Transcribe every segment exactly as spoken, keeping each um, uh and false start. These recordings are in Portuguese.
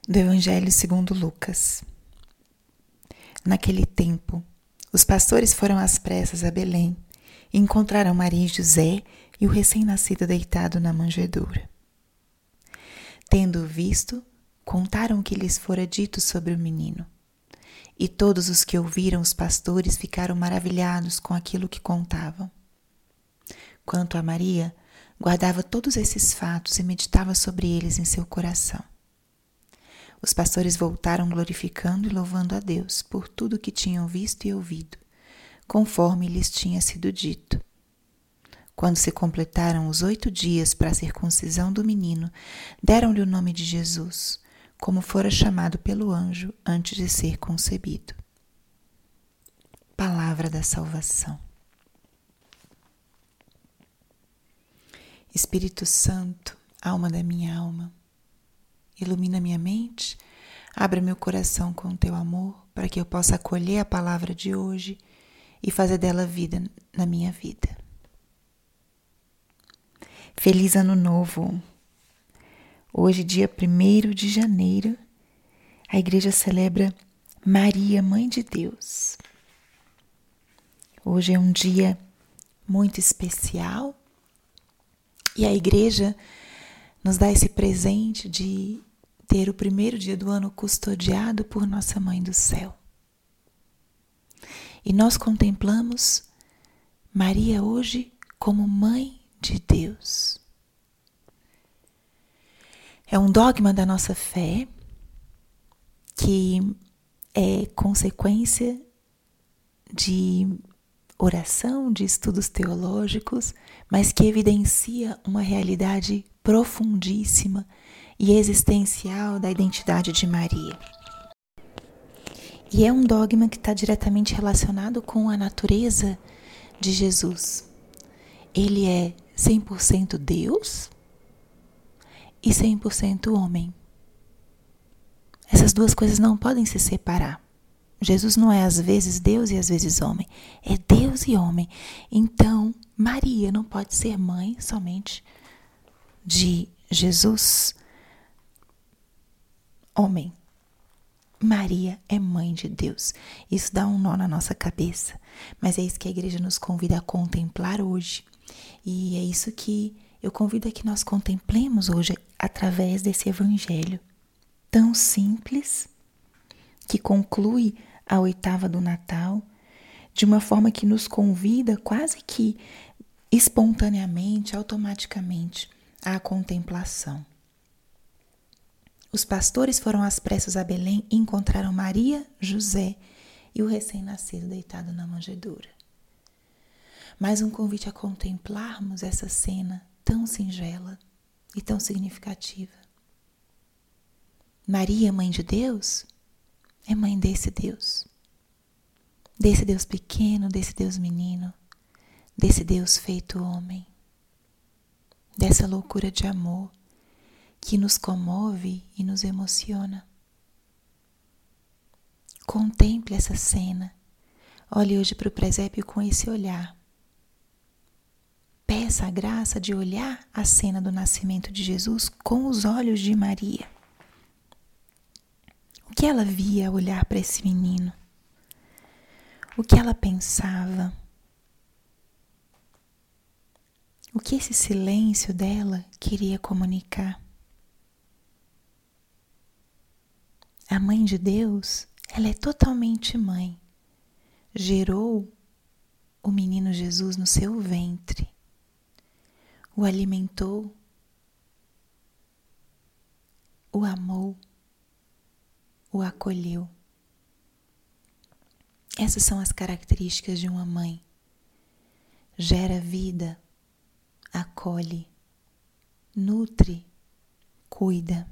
Do Evangelho segundo Lucas. Naquele tempo, os pastores foram às pressas a Belém e encontraram Maria e José e o recém-nascido deitado na manjedoura. Tendo-o visto, contaram o que lhes fora dito sobre o menino. E todos os que ouviram os pastores ficaram maravilhados com aquilo que contavam. Quanto a Maria, guardava todos esses fatos e meditava sobre eles em seu coração. Os pastores voltaram glorificando e louvando a Deus por tudo o que tinham visto e ouvido, conforme lhes tinha sido dito. Quando se completaram os oito dias para a circuncisão do menino, deram-lhe o nome de Jesus, como fora chamado pelo anjo antes de ser concebido. Palavra da salvação. Espírito Santo, alma da minha alma, ilumina minha mente, abra meu coração com o teu amor, para que eu possa acolher a palavra de hoje e fazer dela vida na minha vida. Feliz Ano Novo! Hoje, dia primeiro de janeiro, a igreja celebra Maria, Mãe de Deus. Hoje é um dia muito especial e a igreja nos dá esse presente de ter o primeiro dia do ano custodiado por Nossa Mãe do Céu. E nós contemplamos Maria hoje como Mãe de Deus. É um dogma da nossa fé que é consequência de oração, de estudos teológicos, mas que evidencia uma realidade profundíssima e existencial da identidade de Maria. E é um dogma que está diretamente relacionado com a natureza de Jesus. Ele é cem por cento Deus e cem por cento homem. Essas duas coisas não podem se separar. Jesus não é às vezes Deus e às vezes homem. É Deus e homem. Então, Maria não pode ser mãe somente de Jesus, homem. Maria é mãe de Deus. Isso dá um nó na nossa cabeça. Mas é isso que a igreja nos convida a contemplar hoje. E é isso que eu convido a que nós contemplemos hoje através desse evangelho tão simples, que conclui a oitava do Natal, de uma forma que nos convida quase que espontaneamente, automaticamente, à contemplação. Os pastores foram às pressas a Belém e encontraram Maria, José e o recém-nascido deitado na manjedoura. Mais um convite a contemplarmos essa cena tão singela e tão significativa. Maria, Mãe de Deus, é mãe desse Deus. Desse Deus pequeno, desse Deus menino, desse Deus feito homem. Dessa loucura de amor que nos comove e nos emociona. Contemple essa cena. Olhe hoje para o presépio com esse olhar. Peça a graça de olhar a cena do nascimento de Jesus com os olhos de Maria. O que ela via ao olhar para esse menino? O que ela pensava? O que esse silêncio dela queria comunicar? A Mãe de Deus, ela é totalmente mãe. Gerou o menino Jesus no seu ventre. O alimentou, o amou, o acolheu. Essas são as características de uma mãe. Gera vida, acolhe, nutre, cuida.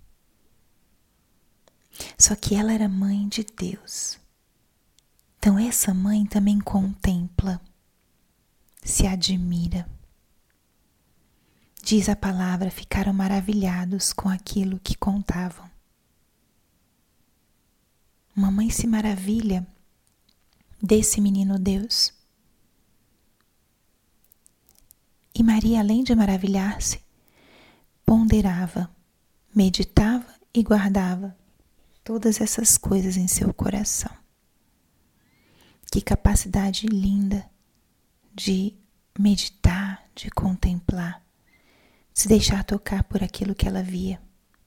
Só que ela era mãe de Deus. Então essa mãe também contempla, se admira. Diz a palavra, ficaram maravilhados com aquilo que contavam. Uma mãe se maravilha desse menino Deus. E Maria, além de maravilhar-se, ponderava, meditava e guardava todas essas coisas em seu coração. Que capacidade linda de meditar, de contemplar, se deixar tocar por aquilo que ela via.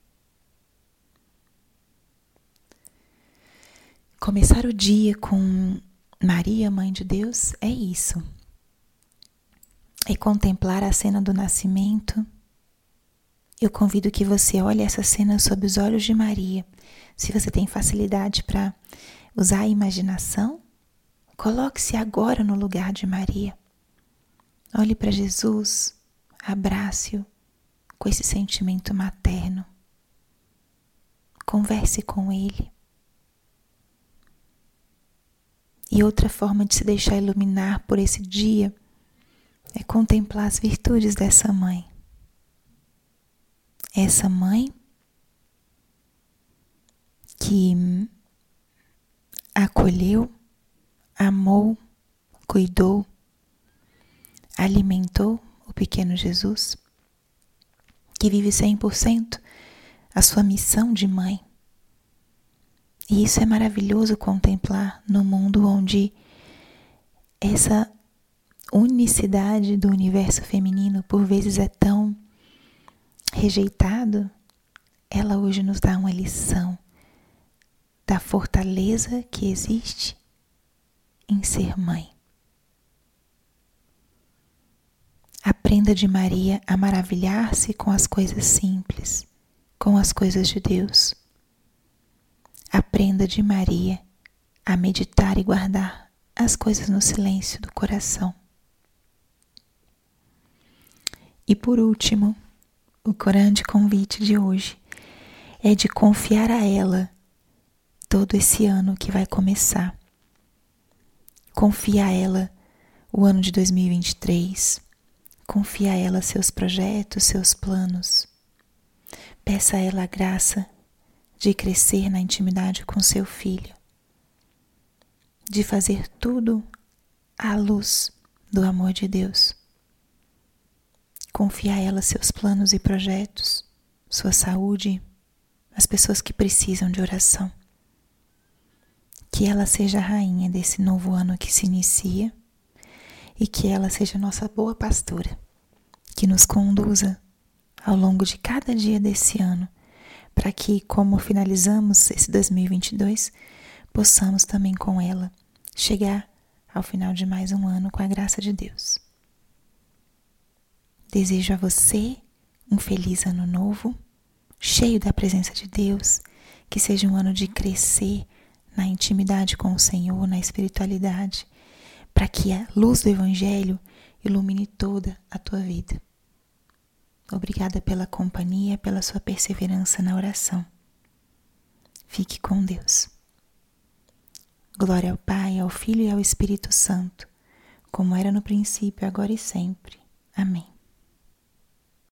Começar o dia com Maria, Mãe de Deus, é isso. É contemplar a cena do nascimento. Eu convido que você olhe essa cena sob os olhos de Maria. Se você tem facilidade para usar a imaginação, coloque-se agora no lugar de Maria. Olhe para Jesus, abrace-o com esse sentimento materno. Converse com ele. E outra forma de se deixar iluminar por esse dia é contemplar as virtudes dessa mãe. Essa mãe que acolheu, amou, cuidou, alimentou o pequeno Jesus, que vive cem por cento a sua missão de mãe. E isso é maravilhoso contemplar no mundo onde essa unicidade do universo feminino por vezes é tão rejeitado. Ela hoje nos dá uma lição da fortaleza que existe em ser mãe. Aprenda de Maria a maravilhar-se com as coisas simples, com as coisas de Deus. Aprenda de Maria a meditar e guardar as coisas no silêncio do coração. E por último, o grande convite de hoje é de confiar a ela todo esse ano que vai começar. Confia a ela o ano de dois mil e vinte e três. Confia a ela seus projetos, seus planos. Peça a ela a graça de crescer na intimidade com seu filho, de fazer tudo à luz do amor de Deus. Confia a ela seus planos e projetos, sua saúde, as pessoas que precisam de oração. Que ela seja a rainha desse novo ano que se inicia e que ela seja nossa boa pastora, que nos conduza ao longo de cada dia desse ano, para que, como finalizamos esse dois mil e vinte e dois, possamos também com ela chegar ao final de mais um ano com a graça de Deus. Desejo a você um feliz ano novo, cheio da presença de Deus, que seja um ano de crescer na intimidade com o Senhor, na espiritualidade, para que a luz do Evangelho ilumine toda a tua vida. Obrigada pela companhia, pela sua perseverança na oração. Fique com Deus. Glória ao Pai, ao Filho e ao Espírito Santo, como era no princípio, agora e sempre. Amém.